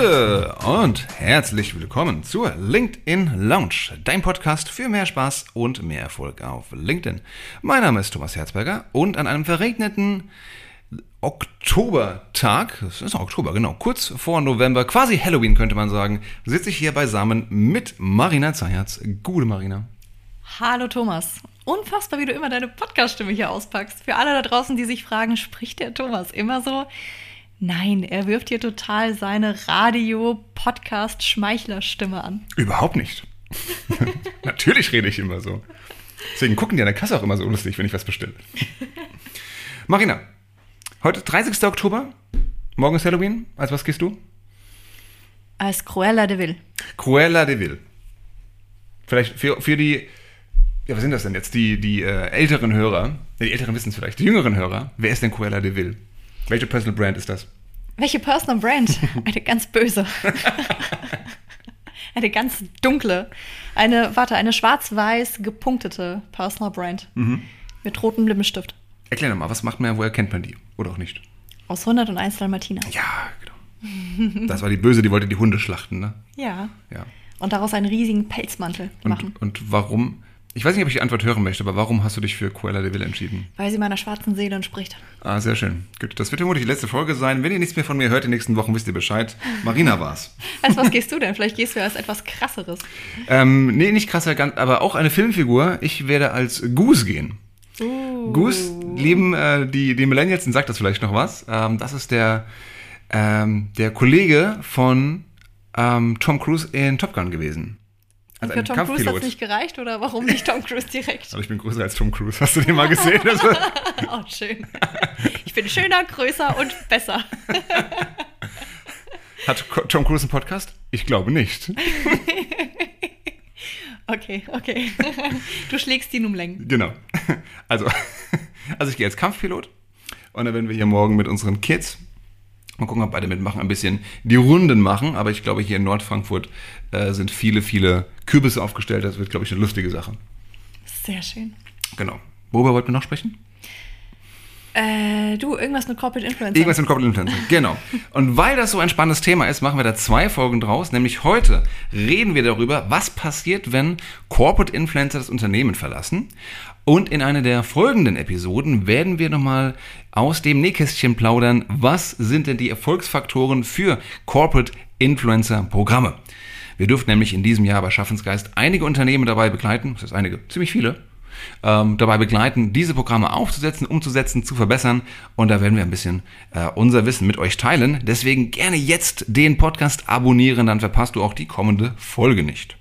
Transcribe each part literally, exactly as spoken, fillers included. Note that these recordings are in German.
Gude und herzlich willkommen zur LinkedIn Lounge, dein Podcast für mehr Spaß und mehr Erfolg auf LinkedIn. Mein Name ist Thomas Herzberger und an einem verregneten Oktobertag, es ist Oktober, genau, kurz vor November, quasi Halloween könnte man sagen, sitze ich hier beisammen mit Marina Zayatz. Gute Marina. Hallo Thomas. Unfassbar, wie du immer deine Podcast-Stimme hier auspackst. Für alle da draußen, die sich fragen, spricht der Thomas immer so? Nein, er wirft hier total seine Radio-Podcast-Schmeichler-Stimme an. Überhaupt nicht. Natürlich rede ich immer so. Deswegen gucken die an der Kasse auch immer so lustig, wenn ich was bestelle. Marina, heute dreißigster Oktober, morgen ist Halloween. Als was gehst du? Als Cruella de Vil. Cruella de Vil. Vielleicht für, für die, ja, was sind das denn jetzt? Die, die äh, älteren Hörer, die älteren wissen es vielleicht, die jüngeren Hörer. Wer ist denn Cruella de Vil? Welche Personal Brand ist das? Welche Personal Brand? Eine ganz böse. Eine ganz dunkle. Eine, warte, eine schwarz-weiß gepunktete Personal Brand. Mhm. Mit rotem Lippenstift. Erklär doch mal, was macht man, woher kennt man die? Oder auch nicht? Aus hunderteins Dalmatiner. Ja, genau. Das war die Böse, die wollte die Hunde schlachten, ne? Ja. Ja. Und daraus einen riesigen Pelzmantel machen. Und, und warum? Ich weiß nicht, ob ich die Antwort hören möchte, aber warum hast du dich für Cruella de Vil entschieden? Weil sie meiner schwarzen Seele entspricht. Ah, sehr schön. Gut, das wird vermutlich die letzte Folge sein. Wenn ihr nichts mehr von mir hört, die nächsten Wochen wisst ihr Bescheid. Marina war's. Weißt du, was gehst du denn? Vielleicht gehst du ja als etwas Krasseres. Ähm, nee, nicht krasser, aber auch eine Filmfigur. Ich werde als Goose gehen. Uh. Goose, lieben äh, die, die Millennials, dann sagt das vielleicht noch was. Ähm, das ist der, ähm, der Kollege von ähm, Tom Cruise in Top Gun gewesen. Also für Tom Cruise hat es nicht gereicht, oder warum nicht Tom Cruise direkt? Aber ich bin größer als Tom Cruise. Hast du den mal gesehen? Oh, schön. Ich bin schöner, größer und besser. Hat Tom Cruise einen Podcast? Ich glaube nicht. Okay, okay. Du schlägst ihn um Längen. Genau. Also, also ich gehe als Kampfpilot und dann werden wir hier morgen mit unseren Kids, mal gucken, ob beide mitmachen, ein bisschen die Runden machen. Aber ich glaube, hier in Nordfrankfurt äh, sind viele, viele Kürbisse aufgestellt. Das wird, glaube ich, eine lustige Sache. Sehr schön. Genau. Worüber wollten wir noch sprechen? Äh, du, irgendwas mit Corporate Influencer. Irgendwas mit Corporate Influencer, genau. Und weil das so ein spannendes Thema ist, machen wir da zwei Folgen draus. Nämlich heute reden wir darüber, was passiert, wenn Corporate Influencer das Unternehmen verlassen. Und in einer der folgenden Episoden werden wir nochmal aus dem Nähkästchen plaudern, was sind denn die Erfolgsfaktoren für Corporate Influencer Programme. Wir durften nämlich in diesem Jahr bei Schaffensgeist einige Unternehmen dabei begleiten, das heißt einige, ziemlich viele, ähm, dabei begleiten, diese Programme aufzusetzen, umzusetzen, zu verbessern. Und da werden wir ein bisschen äh, unser Wissen mit euch teilen. Deswegen gerne jetzt den Podcast abonnieren, dann verpasst du auch die kommende Folge nicht.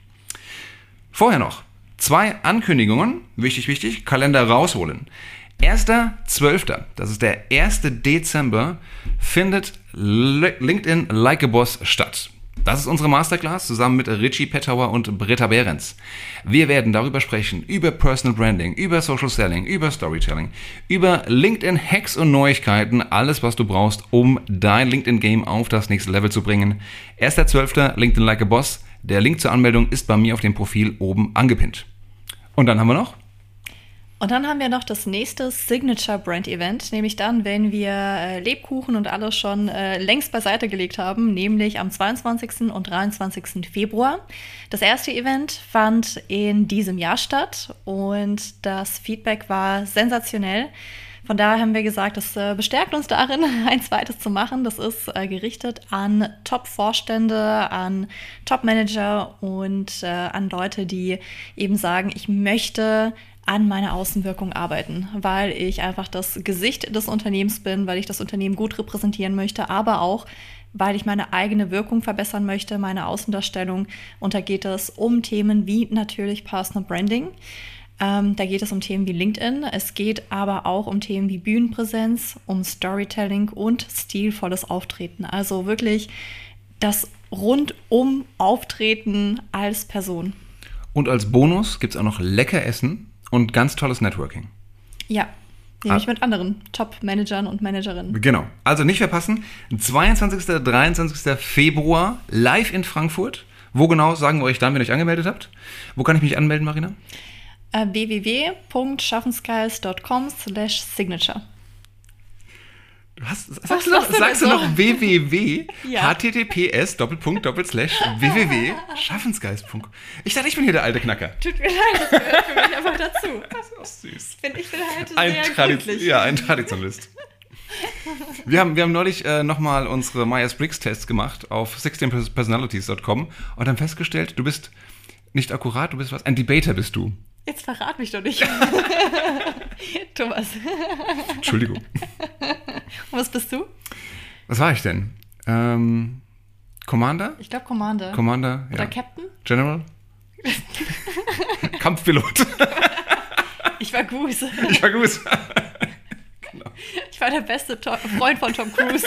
Vorher noch zwei Ankündigungen, wichtig, wichtig, Kalender rausholen. erster zwölfter, das ist der erste Dezember, findet LinkedIn Like a Boss statt. Das ist unsere Masterclass zusammen mit Richie Pettauer und Britta Behrens. Wir werden darüber sprechen, über Personal Branding, über Social Selling, über Storytelling, über LinkedIn-Hacks und Neuigkeiten, alles, was du brauchst, um dein LinkedIn-Game auf das nächste Level zu bringen. erster zwölfter, LinkedIn Like a Boss. Der Link zur Anmeldung ist bei mir auf dem Profil oben angepinnt. Und dann haben wir noch? Und dann haben wir noch das nächste Signature Brand Event, nämlich dann, wenn wir äh, Lebkuchen und alles schon äh, längst beiseite gelegt haben, nämlich am zweiundzwanzigsten und dreiundzwanzigsten Februar. Das erste Event fand in diesem Jahr statt und das Feedback war sensationell. Von daher haben wir gesagt, das äh, bestärkt uns darin, ein zweites zu machen. Das ist äh, gerichtet an Top-Vorstände, an Top-Manager und äh, an Leute, die eben sagen, ich möchte an meiner Außenwirkung arbeiten, weil ich einfach das Gesicht des Unternehmens bin, weil ich das Unternehmen gut repräsentieren möchte, aber auch, weil ich meine eigene Wirkung verbessern möchte, meine Außendarstellung. Und da geht es um Themen wie natürlich Personal Branding. Ähm, da geht es um Themen wie LinkedIn. Es geht aber auch um Themen wie Bühnenpräsenz, um Storytelling und stilvolles Auftreten. Also wirklich das rundum Auftreten als Person. Und als Bonus gibt es auch noch lecker Essen und ganz tolles Networking. Ja, nämlich ah. mit anderen Top-Managern und Managerinnen. Genau, also nicht verpassen. zweiundzwanzigster und dreiundzwanzigster Februar live in Frankfurt. Wo genau, sagen wir euch dann, wenn ihr euch angemeldet habt. Wo kann ich mich anmelden, Marina? Uh, w w w punkt schaffensgeist punkt com slash signature. Du hast, sagst du noch, sagst du noch www, ja. https Doppelpunkt Doppelslash www Schaffensgeist Punkt com. Ich dachte, ich bin hier der alte Knacker. Tut mir leid, das gehört für mich einfach dazu. Das ist auch süß. Ich bin, ich bin halt ein sehr Tradi- gründlich. Ja, ein Traditionalist. Wir haben, wir haben neulich äh, nochmal unsere Myers-Briggs-Tests gemacht auf sixteen personalities dot com und haben festgestellt, du bist nicht akkurat, du bist was? Ein Debater bist du. Jetzt verrat mich doch nicht. Thomas. Entschuldigung. Und was bist du? Was war ich denn? Ähm, Commander? Ich glaube Commander. Commander, ja. Oder Captain? General? Kampfpilot. Ich war Goose. Ich war Goose. Genau. Ich war der beste to- Freund von Tom Cruise.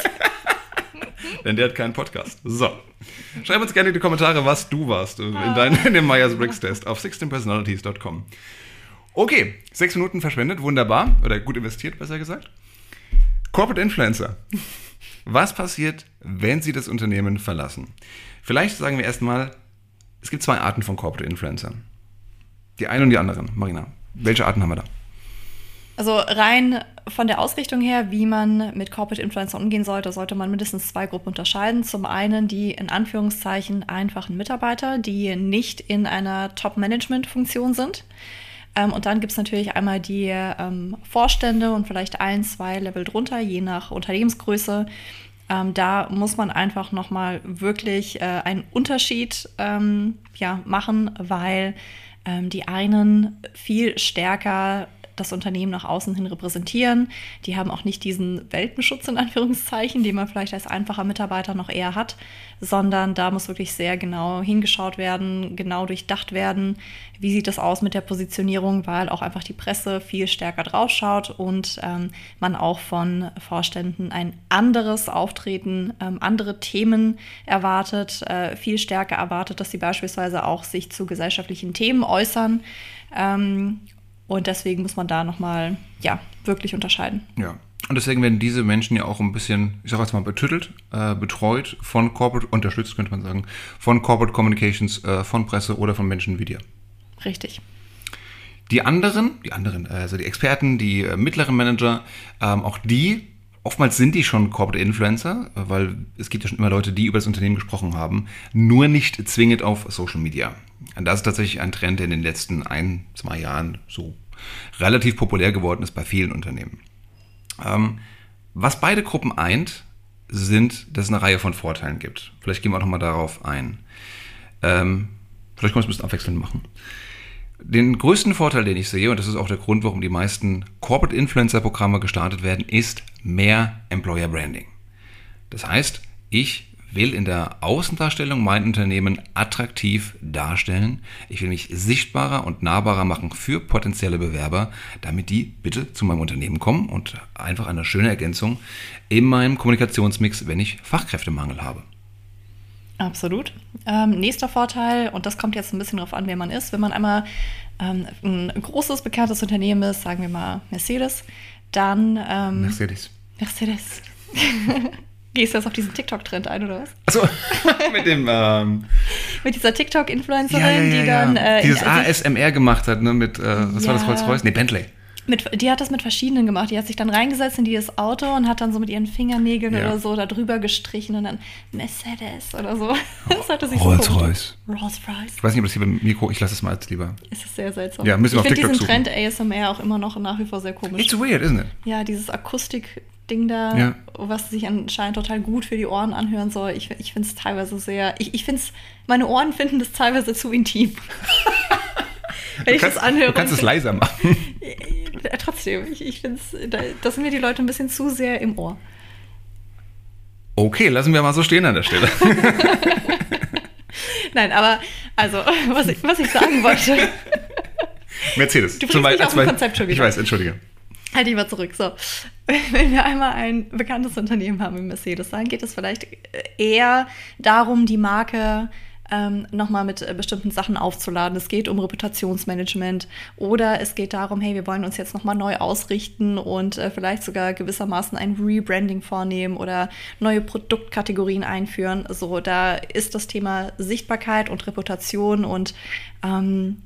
Denn der hat keinen Podcast. So. Schreib uns gerne in die Kommentare, was du warst in, dein, in dem Myers-Briggs-Test auf sixteen personalities dot com. Okay, sechs Minuten verschwendet, wunderbar. Oder gut investiert, besser gesagt. Corporate Influencer. Was passiert, wenn sie das Unternehmen verlassen? Vielleicht sagen wir erstmal, es gibt zwei Arten von Corporate Influencern. Die einen und die anderen. Marina, welche Arten haben wir da? Also rein von der Ausrichtung her, wie man mit Corporate Influencer umgehen sollte, sollte man mindestens zwei Gruppen unterscheiden. Zum einen die in Anführungszeichen einfachen Mitarbeiter, die nicht in einer Top-Management-Funktion sind. Ähm, und dann gibt es natürlich einmal die ähm, Vorstände und vielleicht ein, zwei Level drunter, je nach Unternehmensgröße. Ähm, da muss man einfach nochmal wirklich äh, einen Unterschied ähm, ja, machen, weil ähm, die einen viel stärker das Unternehmen nach außen hin repräsentieren. Die haben auch nicht diesen Welpenschutz in Anführungszeichen, den man vielleicht als einfacher Mitarbeiter noch eher hat, sondern da muss wirklich sehr genau hingeschaut werden, genau durchdacht werden, wie sieht das aus mit der Positionierung, weil auch einfach die Presse viel stärker drauf schaut und ähm, man auch von Vorständen ein anderes Auftreten, ähm, andere Themen erwartet, äh, viel stärker erwartet, dass sie beispielsweise auch sich zu gesellschaftlichen Themen äußern. Ähm, Und deswegen muss man da nochmal, ja, wirklich unterscheiden. Ja, und deswegen werden diese Menschen ja auch ein bisschen, ich sag jetzt mal, betüttelt, äh, betreut von Corporate, unterstützt könnte man sagen, von Corporate Communications, äh, von Presse oder von Menschen wie dir. Richtig. Die anderen, die anderen, also die Experten, die äh, mittleren Manager, ähm, auch die, oftmals sind die schon Corporate Influencer, weil es gibt ja schon immer Leute, die über das Unternehmen gesprochen haben, nur nicht zwingend auf Social Media. Und das ist tatsächlich ein Trend, der in den letzten ein, zwei Jahren so relativ populär geworden ist bei vielen Unternehmen. Ähm, was beide Gruppen eint, sind, dass es eine Reihe von Vorteilen gibt. Vielleicht gehen wir auch nochmal darauf ein. Ähm, vielleicht können wir es ein bisschen abwechselnd machen. Den größten Vorteil, den ich sehe, und das ist auch der Grund, warum die meisten Corporate Influencer-Programme gestartet werden, ist mehr Employer Branding. Das heißt, ich will in der Außendarstellung mein Unternehmen attraktiv darstellen. Ich will mich sichtbarer und nahbarer machen für potenzielle Bewerber, damit die bitte zu meinem Unternehmen kommen und einfach eine schöne Ergänzung in meinem Kommunikationsmix, wenn ich Fachkräftemangel habe. Absolut. Ähm, nächster Vorteil, und das kommt jetzt ein bisschen darauf an, wer man ist, wenn man einmal ähm, ein großes, bekanntes Unternehmen ist, sagen wir mal Mercedes, dann... Ähm, Mercedes. Mercedes. Gehst du jetzt auf diesen TikTok-Trend ein, oder was? Achso, mit dem... Ähm, mit dieser TikTok-Influencerin, ja, ja, ja, die dann... Ja. Äh, Dieses in, A S M R gemacht hat, ne, mit, äh, was ja. war das, Rolls-Royce? Nee, Bentley. Mit, die hat das mit verschiedenen gemacht. Die hat sich dann reingesetzt in dieses Auto und hat dann so mit ihren Fingernägeln ja. oder so da drüber gestrichen und dann Mercedes oder so. Das hatte sich Rolls-Royce. So Rolls-Royce. Ich weiß nicht, ob das hier beim Mikro... Ich lasse es mal als lieber. Es ist sehr seltsam. Ja, müssen wir ich auf TikTok diesen suchen. Trend A S M R auch immer noch nach wie vor sehr komisch. It's weird, isn't it? Ja, dieses Akustik-Ding da, ja. was sich anscheinend total gut für die Ohren anhören soll. Ich, ich finde es teilweise sehr... Ich, ich finde es... Meine Ohren finden das teilweise zu intim. Wenn du ich kannst, das anhöre. Du kannst es leiser machen. Ja, trotzdem, ich, ich finde es, da, das sind mir die Leute ein bisschen zu sehr im Ohr. Okay, lassen wir mal so stehen an der Stelle. Nein, aber, also, was ich, was ich sagen wollte. Mercedes. Du bringst mich auf ein Konzept schon wieder. Ich weiß, entschuldige. Halt dich mal zurück. So, wenn wir einmal ein bekanntes Unternehmen haben wie Mercedes, dann geht es vielleicht eher darum, die Marke ähm, nochmal mit äh, bestimmten Sachen aufzuladen. Es geht um Reputationsmanagement oder es geht darum, hey, wir wollen uns jetzt nochmal neu ausrichten und äh, vielleicht sogar gewissermaßen ein Rebranding vornehmen oder neue Produktkategorien einführen. So, da ist das Thema Sichtbarkeit und Reputation und ähm,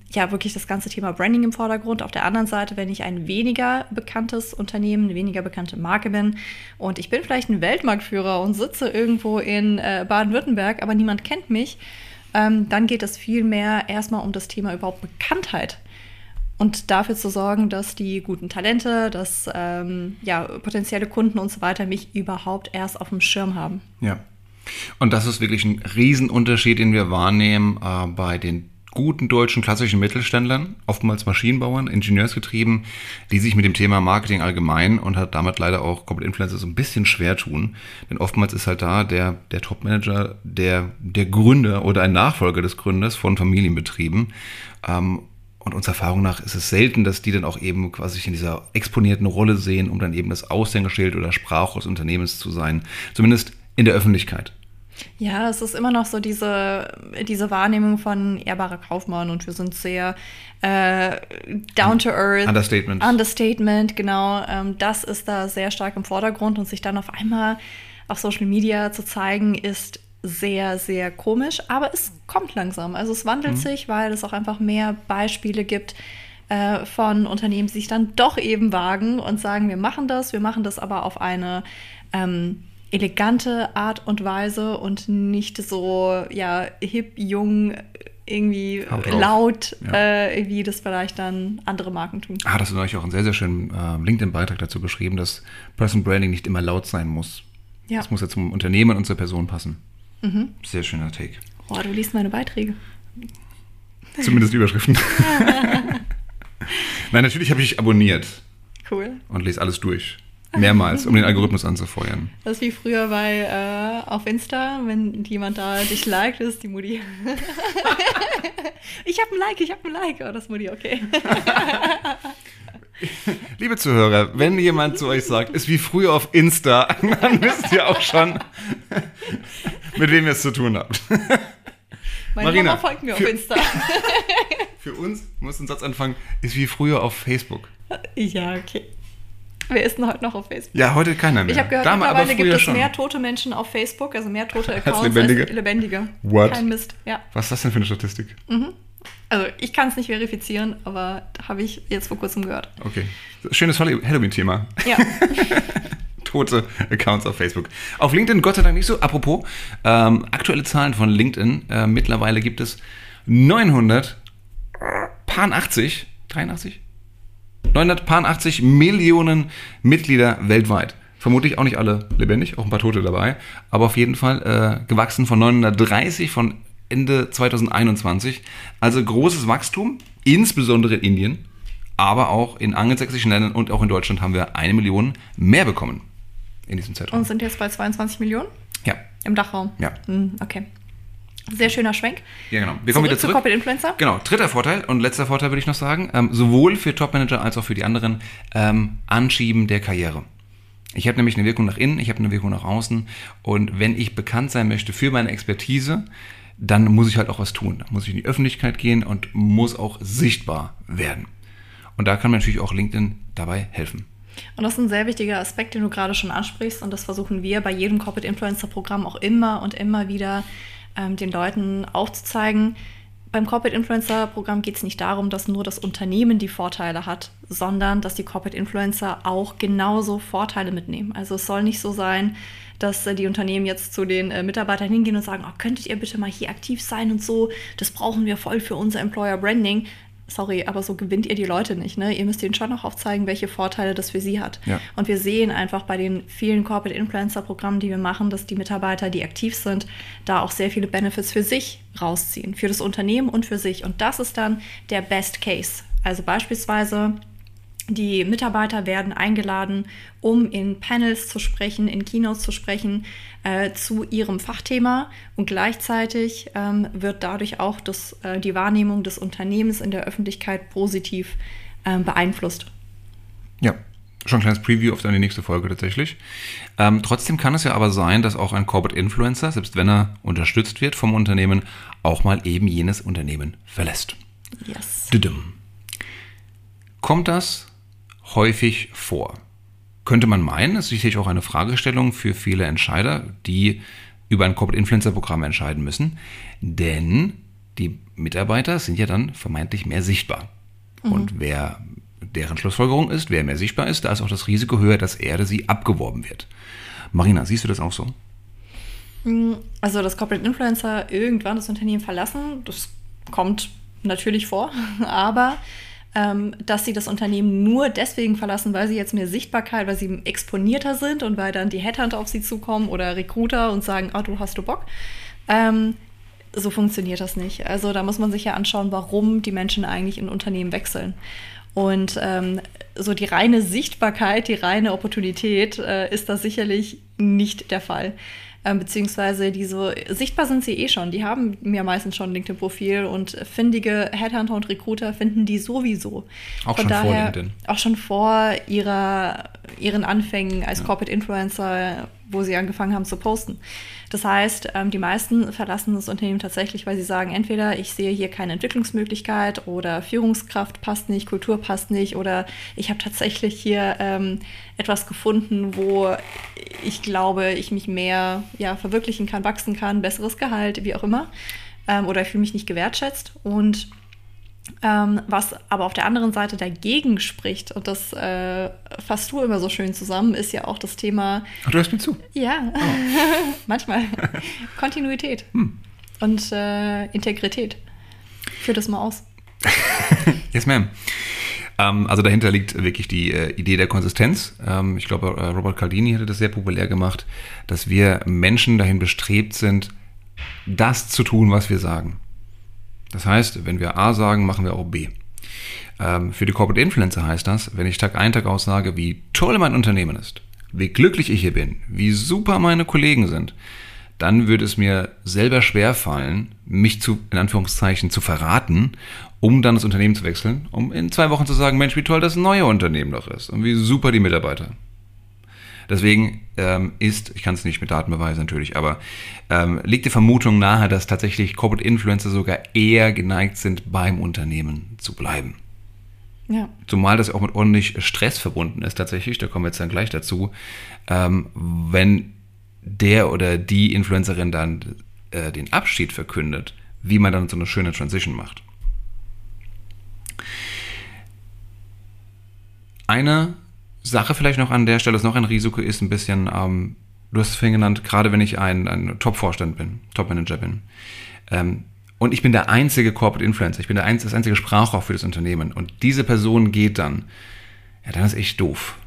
ja wirklich das ganze Thema Branding im Vordergrund. Auf der anderen Seite, wenn ich ein weniger bekanntes Unternehmen, eine weniger bekannte Marke bin und ich bin vielleicht ein Weltmarktführer und sitze irgendwo in äh, Baden-Württemberg, aber niemand kennt mich, ähm, dann geht es viel mehr erstmal um das Thema überhaupt Bekanntheit. Und dafür zu sorgen, dass die guten Talente, dass ähm, ja, potenzielle Kunden und so weiter mich überhaupt erst auf dem Schirm haben. Ja, und das ist wirklich ein Riesenunterschied, den wir wahrnehmen äh, bei den guten deutschen klassischen Mittelständlern, oftmals Maschinenbauern, Ingenieursgetrieben, die sich mit dem Thema Marketing allgemein und hat damit leider auch Corporate Influencer so ein bisschen schwer tun. Denn oftmals ist halt da der, der Top-Manager, der, der Gründer oder ein Nachfolger des Gründers von Familienbetrieben. Ähm, Und unserer Erfahrung nach ist es selten, dass die dann auch eben quasi in dieser exponierten Rolle sehen, um dann eben das Aushängeschild oder Sprachrohr des Unternehmens zu sein. Zumindest in der Öffentlichkeit. Ja, es ist immer noch so diese, diese Wahrnehmung von ehrbarer Kaufmann und wir sind sehr äh, down to earth. Understatement. Understatement, genau. Ähm, das ist da sehr stark im Vordergrund und sich dann auf einmal auf Social Media zu zeigen, ist sehr, sehr komisch, aber es kommt langsam. Also es wandelt mhm. sich, weil es auch einfach mehr Beispiele gibt äh, von Unternehmen, die sich dann doch eben wagen und sagen, wir machen das, wir machen das aber auf eine ähm, elegante Art und Weise und nicht so ja hip, jung, irgendwie laut, ja. äh, wie das vielleicht dann andere Marken tun. Ah, das ist natürlich auch einen sehr, sehr schönen äh, LinkedIn-Beitrag dazu geschrieben, dass Personal Branding nicht immer laut sein muss. Ja. Das muss ja zum Unternehmen und zur Person passen. Mhm. Sehr schöner Take. Boah, du liest meine Beiträge. Zumindest Überschriften. Nein, natürlich habe ich dich abonniert. Cool. Und lese alles durch. Mehrmals, um den Algorithmus anzufeuern. Das ist wie früher bei äh, auf Insta, wenn jemand da dich liked, ist die Mutti. Ich habe ein Like, ich habe ein Like. Oh, das ist Mutti, okay. Liebe Zuhörer, wenn jemand zu euch sagt, ist wie früher auf Insta, dann wisst ihr auch schon, mit wem ihr es zu tun habt. Meine Marina, Mama folgt mir für, auf Insta. Für uns muss ein Satz anfangen, ist wie früher auf Facebook. Ja, okay. Wer ist denn heute noch auf Facebook? Ja, heute keiner mehr. Ich habe gehört, Dame, mittlerweile gibt es schon. mehr tote Menschen auf Facebook, also mehr tote Accounts als lebendige. als lebendige. What? Kein Mist, ja. Was ist das denn für eine Statistik? Mhm. Also ich kann es nicht verifizieren, aber habe ich jetzt vor kurzem gehört. Okay. Schönes Halloween-Thema. Ja. Tote Accounts auf Facebook. Auf LinkedIn Gott sei Dank nicht so. Apropos, ähm, aktuelle Zahlen von LinkedIn. Äh, mittlerweile gibt es neunhundertachtzig, dreiundachtzig? neunhundertachtzig Millionen Mitglieder weltweit. Vermutlich auch nicht alle lebendig, auch ein paar Tote dabei. Aber auf jeden Fall äh, gewachsen von neunhundertdreißig von Ende zwanzig einundzwanzig. Also großes Wachstum, insbesondere in Indien, aber auch in angelsächsischen Ländern und auch in Deutschland haben wir eine Million mehr bekommen in diesem Zeitraum. Und sind jetzt bei zweiundzwanzig Millionen? Ja. Im Dachraum? Ja. Okay. Sehr schöner Schwenk. Ja, genau. Wir kommen wieder zurück. Zu Corporate Influencer. Genau, dritter Vorteil und letzter Vorteil würde ich noch sagen, ähm, sowohl für Topmanager als auch für die anderen, ähm, Anschieben der Karriere. Ich habe nämlich eine Wirkung nach innen, ich habe eine Wirkung nach außen und wenn ich bekannt sein möchte für meine Expertise, dann muss ich halt auch was tun. Da muss ich in die Öffentlichkeit gehen und muss auch sichtbar werden. Und da kann mir natürlich auch LinkedIn dabei helfen. Und das ist ein sehr wichtiger Aspekt, den du gerade schon ansprichst und das versuchen wir bei jedem Corporate Influencer Programm auch immer und immer wieder ähm, den Leuten aufzuzeigen. Beim Corporate Influencer Programm geht es nicht darum, dass nur das Unternehmen die Vorteile hat, sondern dass die Corporate Influencer auch genauso Vorteile mitnehmen. Also es soll nicht so sein, dass äh, die Unternehmen jetzt zu den äh, Mitarbeitern hingehen und sagen, oh, könntet ihr bitte mal hier aktiv sein und so, das brauchen wir voll für unser Employer Branding. Sorry, aber so gewinnt ihr die Leute nicht. Ne? Ihr müsst ihnen schon noch aufzeigen, welche Vorteile das für sie hat. Ja. Und wir sehen einfach bei den vielen Corporate Influencer-Programmen, die wir machen, dass die Mitarbeiter, die aktiv sind, da auch sehr viele Benefits für sich rausziehen. Für das Unternehmen und für sich. Und das ist dann der Best Case. Also beispielsweise die Mitarbeiter werden eingeladen, um in Panels zu sprechen, in Keynotes zu sprechen, äh, zu ihrem Fachthema. Und gleichzeitig ähm, wird dadurch auch das, äh, die Wahrnehmung des Unternehmens in der Öffentlichkeit positiv ähm, beeinflusst. Ja, schon ein kleines Preview auf deine nächste Folge tatsächlich. Ähm, trotzdem kann es ja aber sein, dass auch ein Corporate Influencer, selbst wenn er unterstützt wird vom Unternehmen, auch mal eben jenes Unternehmen verlässt. Yes. Düdüm. Kommt das häufig vor? Könnte man meinen, das ist sicherlich auch eine Fragestellung für viele Entscheider, die über ein Corporate Influencer Programm entscheiden müssen. Denn die Mitarbeiter sind ja dann vermeintlich mehr sichtbar. Mhm. Und wer deren Schlussfolgerung ist, wer mehr sichtbar ist, da ist auch das Risiko höher, dass er oder sie abgeworben wird. Marina, siehst du das auch so? Also, dass Corporate Influencer irgendwann das Unternehmen verlassen, das kommt natürlich vor, aber ähm, dass sie das Unternehmen nur deswegen verlassen, weil sie jetzt mehr Sichtbarkeit, weil sie exponierter sind und weil dann die Headhunter auf sie zukommen oder Recruiter und sagen, ah, du hast du Bock, ähm, so funktioniert das nicht. Also da muss man sich ja anschauen, warum die Menschen eigentlich in Unternehmen wechseln. Und ähm, so die reine Sichtbarkeit, die reine Opportunität äh, ist da sicherlich nicht der Fall. Ähm, beziehungsweise die so, sichtbar sind sie eh schon. Die haben ja meistens schon ein LinkedIn-Profil und findige Headhunter und Recruiter finden die sowieso. Auch Von schon daher, vor LinkedIn. Auch schon vor ihrer, ihren Anfängen als ja. Corporate Influencer, wo sie angefangen haben zu posten. Das heißt, ähm, die meisten verlassen das Unternehmen tatsächlich, weil sie sagen, entweder ich sehe hier keine Entwicklungsmöglichkeit oder Führungskraft passt nicht, Kultur passt nicht oder ich habe tatsächlich hier ähm, etwas gefunden, wo ich glaube, ich mich mehr ja, verwirklichen kann, wachsen kann, besseres Gehalt, wie auch immer. Ähm, oder ich fühle mich nicht gewertschätzt. Und Ähm, was aber auf der anderen Seite dagegen spricht, und das äh, fasst du immer so schön zusammen, ist ja auch das Thema... Ach, du hörst mir zu? Ja, oh. manchmal. Kontinuität hm. und äh, Integrität. Führ das mal aus. Yes, ma'am. Ähm, also dahinter liegt wirklich die äh, Idee der Konsistenz. Ähm, ich glaube, äh, Robert Cialdini hatte das sehr populär gemacht, dass wir Menschen dahin bestrebt sind, das zu tun, was wir sagen. Das heißt, wenn wir A sagen, machen wir auch B. Ähm, für die Corporate Influencer heißt das, wenn ich Tag ein, Tag aus sage, wie toll mein Unternehmen ist, wie glücklich ich hier bin, wie super meine Kollegen sind, dann würde es mir selber schwerfallen, mich zu, in Anführungszeichen, zu verraten, um dann das Unternehmen zu wechseln, um in zwei Wochen zu sagen, Mensch, wie toll das neue Unternehmen doch ist und wie super die Mitarbeiter. Deswegen ähm, ist, ich kann es nicht mit Daten beweisen natürlich, aber ähm, liegt die Vermutung nahe, dass tatsächlich Corporate Influencer sogar eher geneigt sind, beim Unternehmen zu bleiben. Ja. Zumal das auch mit ordentlich Stress verbunden ist tatsächlich, da kommen wir jetzt dann gleich dazu, ähm, wenn der oder die Influencerin dann äh, den Abschied verkündet, wie man dann so eine schöne Transition macht. Eine Sache vielleicht noch an der Stelle, ist noch ein Risiko, ist ein bisschen, ähm, du hast es vorhin genannt, gerade wenn ich ein, ein Top-Vorstand bin, Top-Manager bin, ähm, und ich bin der einzige Corporate Influencer, ich bin der einzige, das einzige Sprachrohr für das Unternehmen und diese Person geht dann, ja, dann ist echt doof,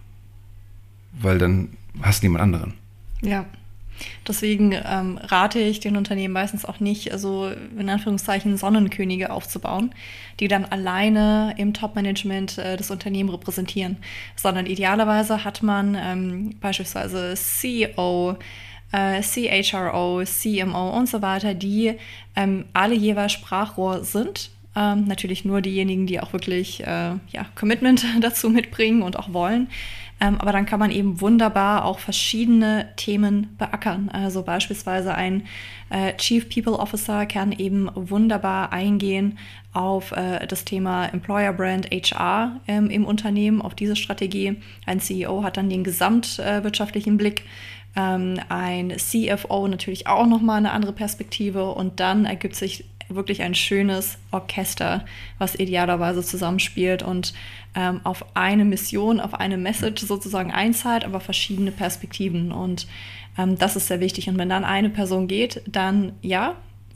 weil dann hast du niemand anderen. Ja. Deswegen ähm, rate ich den Unternehmen meistens auch nicht, also in Anführungszeichen Sonnenkönige aufzubauen, die dann alleine im Top-Management äh, das Unternehmen repräsentieren, sondern idealerweise hat man ähm, beispielsweise C E O, äh, C H R O, C M O und so weiter, die ähm, alle jeweils Sprachrohr sind. Ähm, natürlich nur diejenigen, die auch wirklich äh, ja, Commitment dazu mitbringen und auch wollen. Ähm, aber dann kann man eben wunderbar auch verschiedene Themen beackern. Also beispielsweise ein äh, Chief People Officer kann eben wunderbar eingehen auf äh, das Thema Employer Brand H R ähm, im Unternehmen, auf diese Strategie. Ein C E O hat dann den gesamtwirtschaftlichen Blick. Ähm, ein C F O natürlich auch nochmal eine andere Perspektive. Und dann ergibt sich wirklich ein schönes Orchester, was idealerweise zusammenspielt und ähm, auf eine Mission, auf eine Message sozusagen einzahlt, aber verschiedene Perspektiven. Und ähm, das ist sehr wichtig. Und wenn dann eine Person geht, dann ja,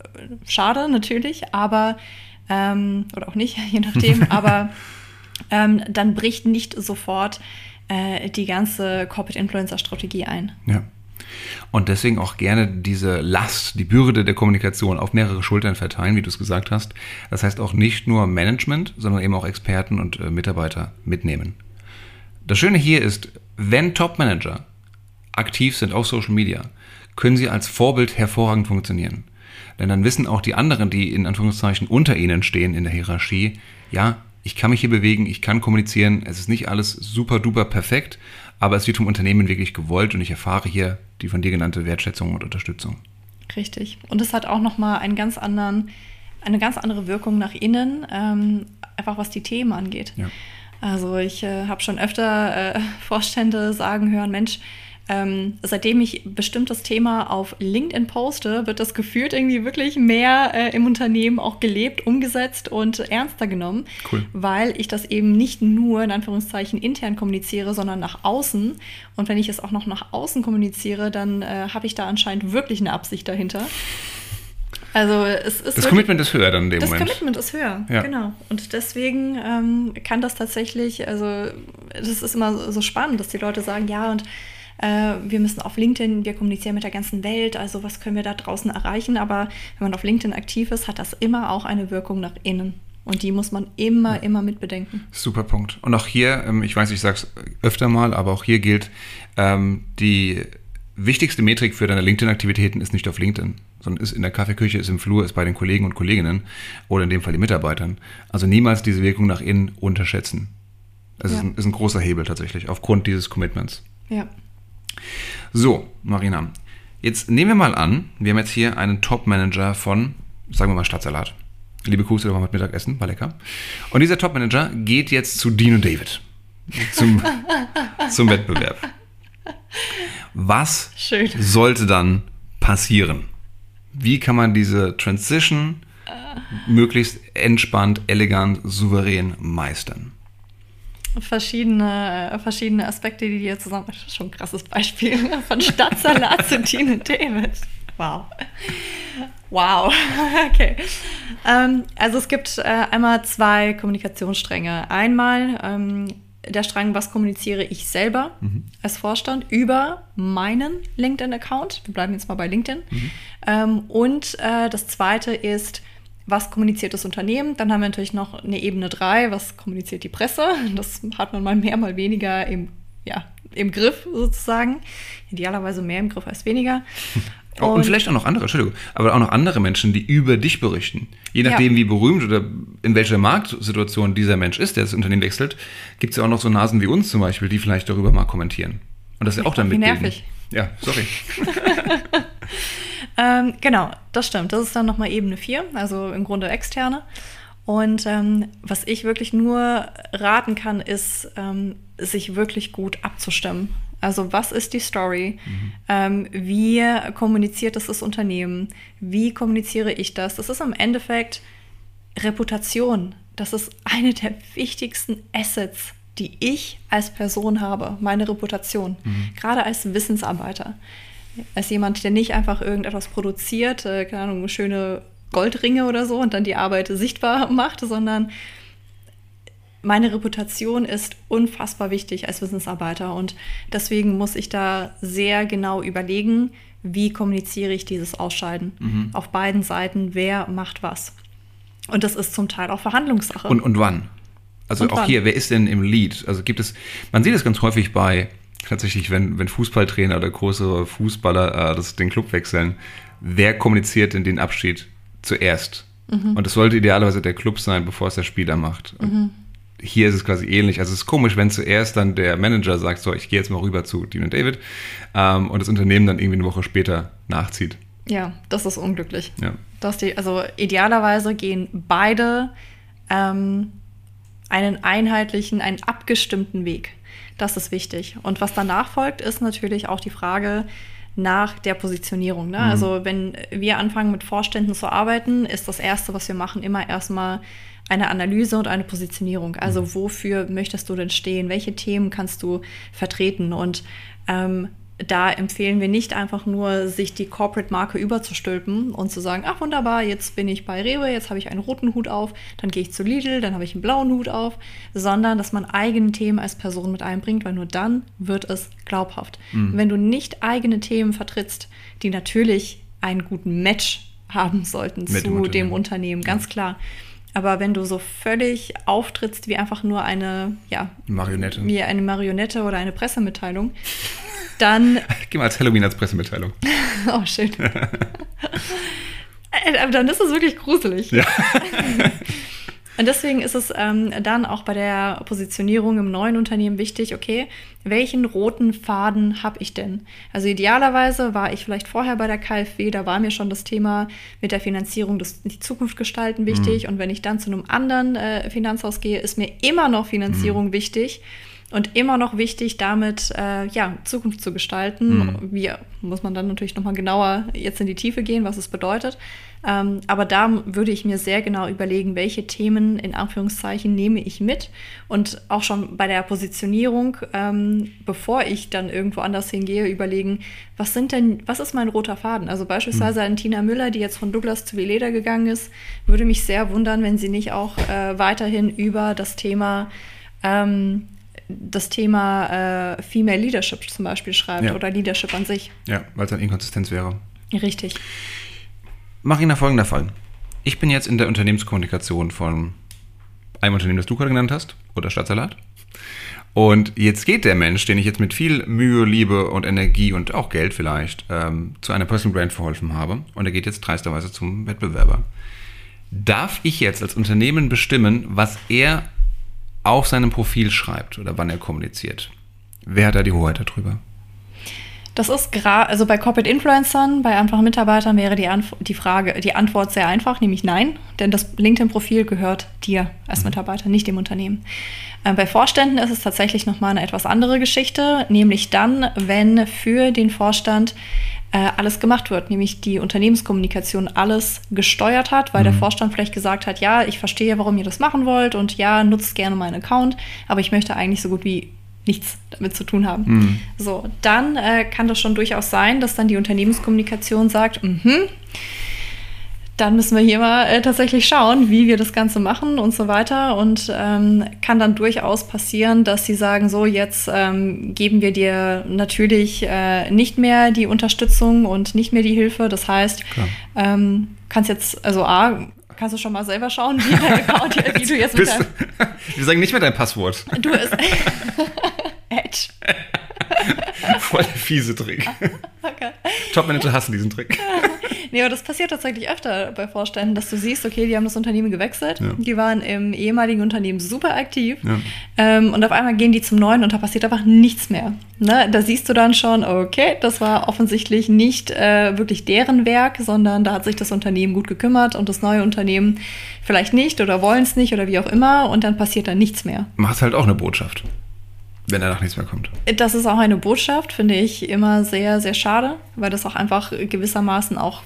schade natürlich, aber ähm, oder auch nicht, je nachdem, aber ähm, dann bricht nicht sofort äh, die ganze Corporate Influencer-Strategie ein. Ja. Und deswegen auch gerne diese Last, die Bürde der Kommunikation auf mehrere Schultern verteilen, wie du es gesagt hast. Das heißt auch nicht nur Management, sondern eben auch Experten und äh, Mitarbeiter mitnehmen. Das Schöne hier ist, wenn Top-Manager aktiv sind auf Social Media, können sie als Vorbild hervorragend funktionieren. Denn dann wissen auch die anderen, die in Anführungszeichen unter ihnen stehen in der Hierarchie, ja, ich kann mich hier bewegen, ich kann kommunizieren, es ist nicht alles super duper perfekt, aber es wird vom Unternehmen wirklich gewollt und ich erfahre hier die von dir genannte Wertschätzung und Unterstützung. Richtig. Und es hat auch nochmal einen ganz anderen, eine ganz andere Wirkung nach innen, ähm, einfach was die Themen angeht. Ja. Also ich äh, habe schon öfter äh, Vorstände sagen hören, Mensch, ähm, seitdem ich bestimmtes Thema auf LinkedIn poste, wird das gefühlt irgendwie wirklich mehr äh, im Unternehmen auch gelebt, umgesetzt und ernster genommen, cool. Weil ich das eben nicht nur in Anführungszeichen intern kommuniziere, sondern nach außen. Und wenn ich es auch noch nach außen kommuniziere, dann äh, habe ich da anscheinend wirklich eine Absicht dahinter. Also es ist das Commitment ist höher dann in dem das Moment. Das Commitment ist höher, ja. Genau. Und deswegen ähm, kann das tatsächlich, also das ist immer so spannend, dass die Leute sagen, ja, und äh, wir müssen auf LinkedIn, wir kommunizieren mit der ganzen Welt, also was können wir da draußen erreichen? Aber wenn man auf LinkedIn aktiv ist, hat das immer auch eine Wirkung nach innen. Und die muss man immer, ja. immer mitbedenken. Super Punkt. Und auch hier, ich weiß, ich sage es öfter mal, aber auch hier gilt, ähm, die wichtigste Metrik für deine LinkedIn-Aktivitäten ist nicht auf LinkedIn, sondern ist in der Kaffeeküche, ist im Flur, ist bei den Kollegen und Kolleginnen oder in dem Fall den Mitarbeitern. Also niemals diese Wirkung nach innen unterschätzen. Das ja. ist, ein, ist ein großer Hebel tatsächlich, aufgrund dieses Commitments. Ja. So, Marina, jetzt nehmen wir mal an, wir haben jetzt hier einen Top-Manager von, sagen wir mal, Stadtsalat. Liebe Grüße, wir waren heute Mittagessen, war lecker. Und dieser Top-Manager geht jetzt zu Dean und David zum, zum Wettbewerb. Was Schön. sollte dann passieren? Wie kann man diese Transition möglichst entspannt, elegant, souverän meistern? Verschiedene, verschiedene Aspekte, die dir zusammen... Das ist schon ein krasses Beispiel. Von Stadtsalat zu Dean und David. Wow. Wow. Okay. Ähm, also es gibt äh, einmal zwei Kommunikationsstränge. Einmal ähm, der Strang, was kommuniziere ich selber mhm. als Vorstand über meinen LinkedIn-Account. Wir bleiben jetzt mal bei LinkedIn. Mhm. Ähm, und äh, das zweite ist, was kommuniziert das Unternehmen? Dann haben wir natürlich noch eine Ebene drei, was kommuniziert die Presse? Das hat man mal mehr, mal weniger im, ja, im Griff sozusagen. Idealerweise mehr im Griff als weniger. Und, und vielleicht auch noch andere, Entschuldigung, aber auch noch andere Menschen, die über dich berichten. Je nachdem, ja. wie berühmt oder in welcher Marktsituation dieser Mensch ist, der das Unternehmen wechselt, gibt es ja auch noch so Nasen wie uns zum Beispiel, die vielleicht darüber mal kommentieren. Und das ist ja auch dann mitbilden. Nervig. Ja, sorry. ähm, genau, das stimmt. Das ist dann nochmal Ebene vier, also im Grunde externe. Und ähm, was ich wirklich nur raten kann, ist, ähm, sich wirklich gut abzustimmen. Also was ist die Story? Mhm. Ähm, wie kommuniziert das das Unternehmen? Wie kommuniziere ich das? Das ist im Endeffekt Reputation. Das ist eine der wichtigsten Assets, die ich als Person habe, meine Reputation. Mhm. Gerade als Wissensarbeiter. Als jemand, der nicht einfach irgendetwas produziert, äh, keine Ahnung, schöne Goldringe oder so und dann die Arbeit sichtbar macht, sondern meine Reputation ist unfassbar wichtig als Wissensarbeiter und deswegen muss ich da sehr genau überlegen, wie kommuniziere ich dieses Ausscheiden. Mhm. Auf beiden Seiten, wer macht was. Und das ist zum Teil auch Verhandlungssache. Und, und wann? Also und auch wann? Hier, wer ist denn im Lead? Also gibt es, man sieht es ganz häufig bei, tatsächlich, wenn, wenn Fußballtrainer oder größere Fußballer äh, das, den Club wechseln, wer kommuniziert denn den Abschied zuerst? Mhm. Und es sollte idealerweise der Club sein, bevor es der Spieler macht. Mhm. Hier ist es quasi ähnlich. Also es ist komisch, wenn zuerst dann der Manager sagt, so, ich gehe jetzt mal rüber zu Dean und David ähm, und das Unternehmen dann irgendwie eine Woche später nachzieht. Ja, das ist unglücklich. Ja. Dass die, also idealerweise gehen beide ähm, einen einheitlichen, einen abgestimmten Weg. Das ist wichtig. Und was danach folgt, ist natürlich auch die Frage nach der Positionierung. Ne? Mhm. Also wenn wir anfangen mit Vorständen zu arbeiten, ist das Erste, was wir machen, immer erstmal eine Analyse und eine Positionierung. Also wofür möchtest du denn stehen? Welche Themen kannst du vertreten? Und ähm, da empfehlen wir nicht einfach nur, sich die Corporate-Marke überzustülpen und zu sagen, ach wunderbar, jetzt bin ich bei Rewe, jetzt habe ich einen roten Hut auf, dann gehe ich zu Lidl, dann habe ich einen blauen Hut auf, sondern dass man eigene Themen als Person mit einbringt, weil nur dann wird es glaubhaft. Mhm. Wenn du nicht eigene Themen vertrittst, die natürlich einen guten Match haben sollten mit zu dem Unternehmen, dem Unternehmen ganz klar. Aber wenn du so völlig auftrittst wie einfach nur eine, ja, Marionette. Wie eine Marionette oder eine Pressemitteilung, dann... Geh mal als Halloween als Pressemitteilung. Oh, schön. Aber dann ist es wirklich gruselig. Ja. Und deswegen ist es ähm, dann auch bei der Positionierung im neuen Unternehmen wichtig, okay, welchen roten Faden habe ich denn? Also idealerweise war ich vielleicht vorher bei der K f W, da war mir schon das Thema mit der Finanzierung, das, die Zukunft gestalten wichtig. Mhm. Und wenn ich dann zu einem anderen äh, Finanzhaus gehe, ist mir immer noch Finanzierung mhm. wichtig. und immer noch wichtig, damit äh, ja, Zukunft zu gestalten. Mhm. Wie muss man dann natürlich nochmal genauer jetzt in die Tiefe gehen, was es bedeutet. Ähm, aber da würde ich mir sehr genau überlegen, welche Themen in Anführungszeichen nehme ich mit. Und auch schon bei der Positionierung, ähm, bevor ich dann irgendwo anders hingehe, überlegen, was sind denn, was ist mein roter Faden? Also beispielsweise mhm. an Tina Müller, die jetzt von Douglas zu Veleda gegangen ist, würde mich sehr wundern, wenn sie nicht auch äh, weiterhin über das Thema ähm, das Thema äh, Female Leadership zum Beispiel schreibt ja. oder Leadership an sich. Ja, weil es dann Inkonsistenz wäre. Richtig. Mach Ihnen folgender Fall. Ich bin jetzt in der Unternehmenskommunikation von einem Unternehmen, das du gerade genannt hast, oder Stadtsalat. Und jetzt geht der Mensch, den ich jetzt mit viel Mühe, Liebe und Energie und auch Geld vielleicht ähm, zu einer Personal Brand verholfen habe. Und er geht jetzt dreisterweise zum Wettbewerber. Darf ich jetzt als Unternehmen bestimmen, was er auf seinem Profil schreibt oder wann er kommuniziert? Wer hat da die Hoheit darüber? Das ist gerade, also bei Corporate Influencern, bei einfachen Mitarbeitern wäre die, Anf- die Frage, die Antwort sehr einfach, nämlich nein, denn das LinkedIn-Profil gehört dir als Mitarbeiter, nicht dem Unternehmen. Äh, bei Vorständen ist es tatsächlich nochmal eine etwas andere Geschichte, nämlich dann, wenn für den Vorstand äh, alles gemacht wird, nämlich die Unternehmenskommunikation alles gesteuert hat, weil mhm. der Vorstand vielleicht gesagt hat, ja, ich verstehe, warum ihr das machen wollt und ja, nutzt gerne meinen Account, aber ich möchte eigentlich so gut wie nichts damit zu tun haben. Mhm. So, dann äh, kann das schon durchaus sein, dass dann die Unternehmenskommunikation sagt, mhm, dann müssen wir hier mal äh, tatsächlich schauen, wie wir das Ganze machen und so weiter. Und ähm, kann dann durchaus passieren, dass sie sagen, so jetzt ähm, geben wir dir natürlich äh, nicht mehr die Unterstützung und nicht mehr die Hilfe. Das heißt, ähm, kannst jetzt, also A, kannst du schon mal selber schauen, wie dein Account, wie du jetzt mit deinem... Wir sagen nicht mehr dein Passwort. Du ist... Edge. Voll der fiese Trick. Okay. Top-Manager hassen diesen Trick. Nee, aber das passiert tatsächlich öfter bei Vorständen, dass du siehst, okay, die haben das Unternehmen gewechselt, ja. die waren im ehemaligen Unternehmen super aktiv ja. ähm, und auf einmal gehen die zum neuen und da passiert einfach nichts mehr. Ne? Da siehst du dann schon, okay, das war offensichtlich nicht äh, wirklich deren Werk, sondern da hat sich das Unternehmen gut gekümmert und das neue Unternehmen vielleicht nicht oder wollen es nicht oder wie auch immer und dann passiert da nichts mehr. Macht halt auch eine Botschaft. Wenn danach nichts mehr kommt. Das ist auch eine Botschaft, finde ich immer sehr, sehr schade, weil das auch einfach gewissermaßen auch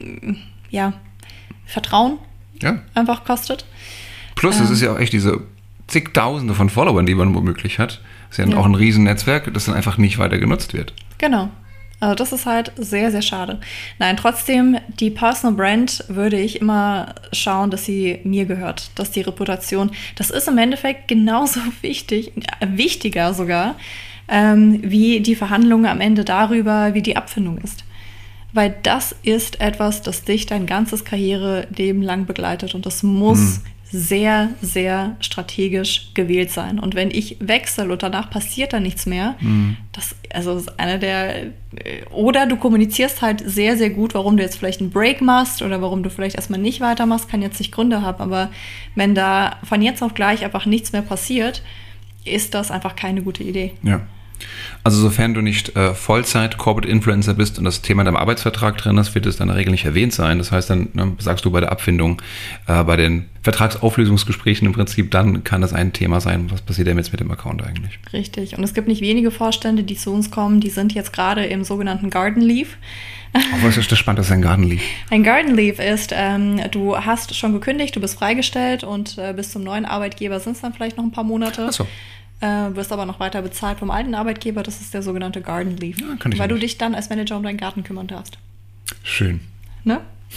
ja, Vertrauen ja. einfach kostet. Plus, ähm, es ist ja auch echt diese zigtausende von Followern, die man womöglich hat. Das ist ja, ja auch ein Riesennetzwerk, das dann einfach nicht weiter genutzt wird. Genau. Also das ist halt sehr, sehr schade. Nein, trotzdem, die Personal Brand würde ich immer schauen, dass sie mir gehört, dass die Reputation, das ist im Endeffekt genauso wichtig, wichtiger sogar, ähm, wie die Verhandlungen am Ende darüber, wie die Abfindung ist. Weil das ist etwas, das dich dein ganzes Karriereleben lang begleitet und das muss hm. sehr, sehr strategisch gewählt sein. Und wenn ich wechsle und danach passiert dann nichts mehr, mhm. das, also das ist einer der, oder du kommunizierst halt sehr, sehr gut, warum du jetzt vielleicht einen Break machst oder warum du vielleicht erstmal nicht weitermachst, kann jetzt nicht Gründe haben, aber wenn da von jetzt auf gleich einfach nichts mehr passiert, ist das einfach keine gute Idee. Ja. Also sofern du nicht äh, Vollzeit Corporate Influencer bist und das Thema in deinem Arbeitsvertrag drin ist, wird es in der Regel nicht erwähnt sein. Das heißt, dann ne, sagst du bei der Abfindung, äh, bei den Vertragsauflösungsgesprächen im Prinzip, dann kann das ein Thema sein. Was passiert denn jetzt mit dem Account eigentlich? Richtig. Und es gibt nicht wenige Vorstände, die zu uns kommen, die sind jetzt gerade im sogenannten Garden Leave. Oh, was ist das spannend, das ist ein Garden Leave? Ein Garden Leave ist, ähm, du hast schon gekündigt, du bist freigestellt und äh, bis zum neuen Arbeitgeber sind es dann vielleicht noch ein paar Monate. Ach so. Äh, wirst aber noch weiter bezahlt vom alten Arbeitgeber. Das ist der sogenannte Garden Leave. Ja, kann ich weil nicht. Du dich dann als Manager um deinen Garten kümmern darfst. Schön. Ne?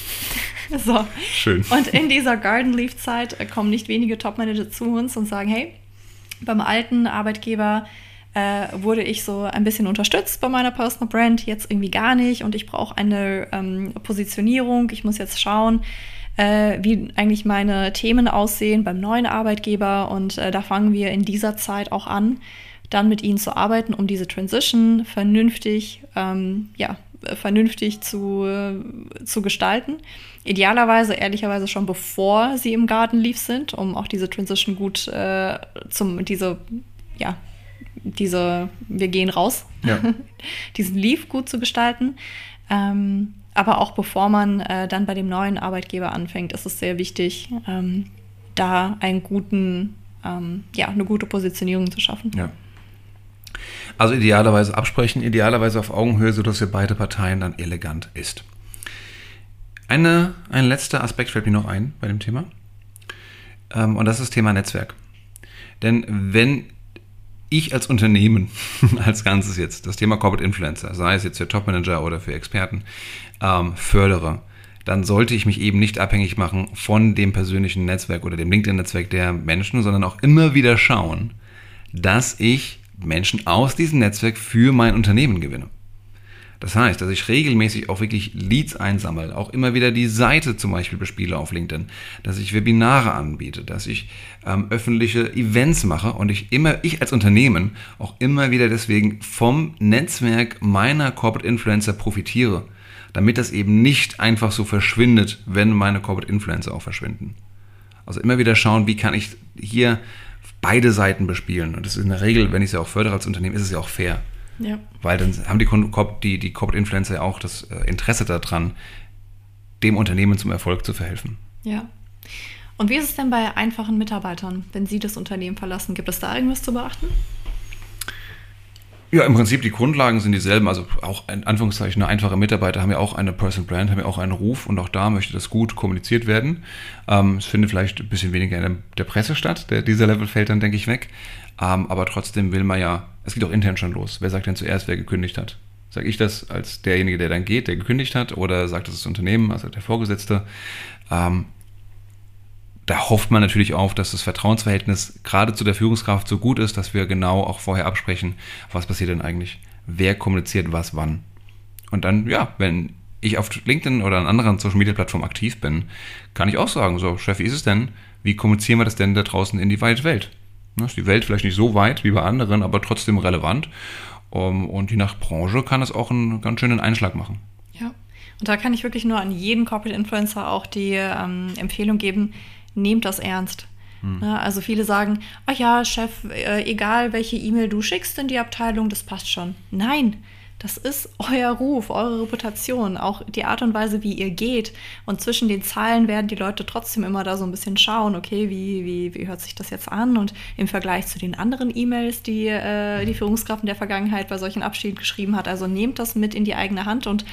So. Schön. Und in dieser Garden Leave Zeit äh, kommen nicht wenige Top-Manager zu uns und sagen, hey, beim alten Arbeitgeber äh, wurde ich so ein bisschen unterstützt bei meiner Personal Brand, jetzt irgendwie gar nicht und ich brauche eine ähm, Positionierung. Ich muss jetzt schauen, Äh, wie eigentlich meine Themen aussehen beim neuen Arbeitgeber und äh, da fangen wir in dieser Zeit auch an, dann mit ihnen zu arbeiten, um diese Transition vernünftig, ähm, ja, vernünftig zu, äh, zu gestalten. Idealerweise, ehrlicherweise schon bevor sie im Garden Leave sind, um auch diese Transition gut äh, zum, diese, ja, diese, wir gehen raus, ja. diesen Leave gut zu gestalten. Ähm, Aber auch bevor man äh, dann bei dem neuen Arbeitgeber anfängt, ist es sehr wichtig, ähm, da einen guten, ähm, ja, eine gute Positionierung zu schaffen. Ja. Also idealerweise absprechen, idealerweise auf Augenhöhe, sodass für beide Parteien dann elegant ist. Eine, ein letzter Aspekt fällt mir noch ein bei dem Thema. Und das ist das Thema Netzwerk. Denn wenn ich als Unternehmen, als Ganzes jetzt, das Thema Corporate Influencer, sei es jetzt für Topmanager oder für Experten, ähm, fördere, dann sollte ich mich eben nicht abhängig machen von dem persönlichen Netzwerk oder dem LinkedIn-Netzwerk der Menschen, sondern auch immer wieder schauen, dass ich Menschen aus diesem Netzwerk für mein Unternehmen gewinne. Das heißt, dass ich regelmäßig auch wirklich Leads einsammle, auch immer wieder die Seite zum Beispiel bespiele auf LinkedIn, dass ich Webinare anbiete, dass ich ähm, öffentliche Events mache und ich immer, ich als Unternehmen auch immer wieder deswegen vom Netzwerk meiner Corporate Influencer profitiere, damit das eben nicht einfach so verschwindet, wenn meine Corporate Influencer auch verschwinden. Also immer wieder schauen, wie kann ich hier beide Seiten bespielen. Und das ist in der Regel, wenn ich sie auch fördere als Unternehmen, ist es ja auch fair. Ja. Weil dann haben die, die, die Corporate Influencer ja auch das Interesse daran, dem Unternehmen zum Erfolg zu verhelfen. Ja. Und wie ist es denn bei einfachen Mitarbeitern, wenn sie das Unternehmen verlassen? Gibt es da irgendwas zu beachten? Ja, im Prinzip die Grundlagen sind dieselben. Also auch in Anführungszeichen einfache Mitarbeiter haben ja auch eine Personal Brand, haben ja auch einen Ruf und auch da möchte das gut kommuniziert werden. Ähm, es findet vielleicht ein bisschen weniger in der Presse statt. Der, dieser Level fällt dann, denke ich, weg. Ähm, aber trotzdem will man ja, es geht auch intern schon los. Wer sagt denn zuerst, wer gekündigt hat? Sage ich das als derjenige, der dann geht, der gekündigt hat, oder sagt das das Unternehmen, also der Vorgesetzte? Ähm, Da hofft man natürlich auf, dass das Vertrauensverhältnis gerade zu der Führungskraft so gut ist, dass wir genau auch vorher absprechen, was passiert denn eigentlich, wer kommuniziert was wann. Und dann, ja, wenn ich auf LinkedIn oder an anderen Social-Media-Plattformen aktiv bin, kann ich auch sagen, so, Chef, wie ist es denn, wie kommunizieren wir das denn da draußen in die weite Welt? Ist die Welt vielleicht nicht so weit wie bei anderen, aber trotzdem relevant. Und je nach Branche kann es auch einen ganz schönen Einschlag machen. Ja, und da kann ich wirklich nur an jeden Corporate Influencer auch die ähm, Empfehlung geben, nehmt das ernst. Hm. Ja, also viele sagen, ach ja, Chef, äh, egal welche E-Mail du schickst in die Abteilung, das passt schon. Nein, das ist euer Ruf, eure Reputation, auch die Art und Weise, wie ihr geht. Und zwischen den Zeilen werden die Leute trotzdem immer da so ein bisschen schauen, okay, wie, wie, wie hört sich das jetzt an? Und im Vergleich zu den anderen E-Mails, die äh, die Führungskraft in der Vergangenheit bei solchen Abschieden geschrieben hat, also nehmt das mit in die eigene Hand und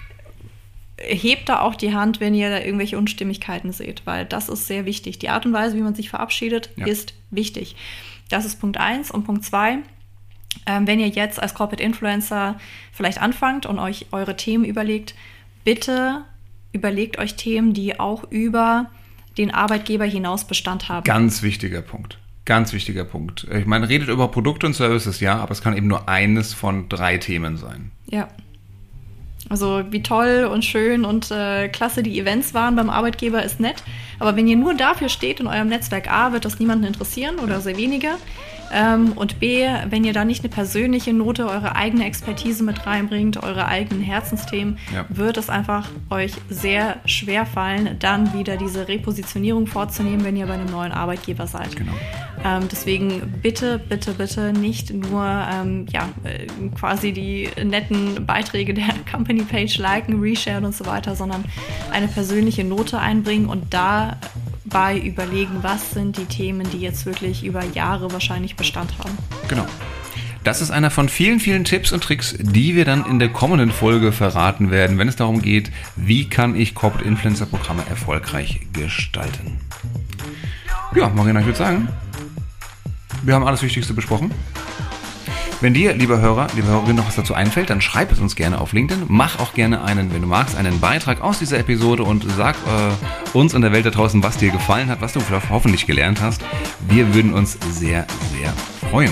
hebt da auch die Hand, wenn ihr da irgendwelche Unstimmigkeiten seht, weil das ist sehr wichtig. Die Art und Weise, wie man sich verabschiedet, ja. ist wichtig. Das ist Punkt eins. Und Punkt zwei, ähm, wenn ihr jetzt als Corporate Influencer vielleicht anfangt und euch eure Themen überlegt, bitte überlegt euch Themen, die auch über den Arbeitgeber hinaus Bestand haben. Ganz wichtiger Punkt. Ganz wichtiger Punkt. Ich meine, redet über Produkte und Services, ja, aber es kann eben nur eines von drei Themen sein. Ja. Also wie toll und schön und äh, klasse die Events waren beim Arbeitgeber ist nett. Aber wenn ihr nur dafür steht in eurem Netzwerk, A, wird das niemanden interessieren oder sehr wenige. Ähm, und B, wenn ihr da nicht eine persönliche Note, eure eigene Expertise mit reinbringt, eure eigenen Herzensthemen, ja. wird es einfach euch sehr schwer fallen, dann wieder diese Repositionierung vorzunehmen, wenn ihr bei einem neuen Arbeitgeber seid. Genau. Ähm, deswegen bitte, bitte, bitte nicht nur ähm, ja, äh, quasi die netten Beiträge der Company-Page liken, resharen und so weiter, sondern eine persönliche Note einbringen und dabei überlegen, was sind die Themen, die jetzt wirklich über Jahre wahrscheinlich Bestand haben. Genau. Das ist einer von vielen, vielen Tipps und Tricks, die wir dann in der kommenden Folge verraten werden, wenn es darum geht, wie kann ich Corporate Influencer Programme erfolgreich gestalten. Ja, Marina, ich würde sagen, wir haben alles Wichtigste besprochen. Wenn dir, lieber Hörer, liebe Hörerin, noch was dazu einfällt, dann schreib es uns gerne auf LinkedIn. Mach auch gerne einen, wenn du magst, einen Beitrag aus dieser Episode und sag äh, uns in der Welt da draußen, was dir gefallen hat, was du hoffentlich gelernt hast. Wir würden uns sehr, sehr freuen.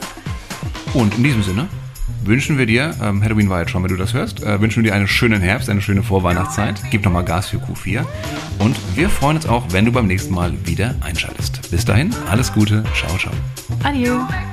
Und in diesem Sinne wünschen wir dir, ähm, Halloween war jetzt schon, wenn du das hörst, äh, wünschen wir dir einen schönen Herbst, eine schöne Vorweihnachtszeit. Gib nochmal Gas für Q vier. Und wir freuen uns auch, wenn du beim nächsten Mal wieder einschaltest. Bis dahin, alles Gute. Ciao, ciao. Adieu.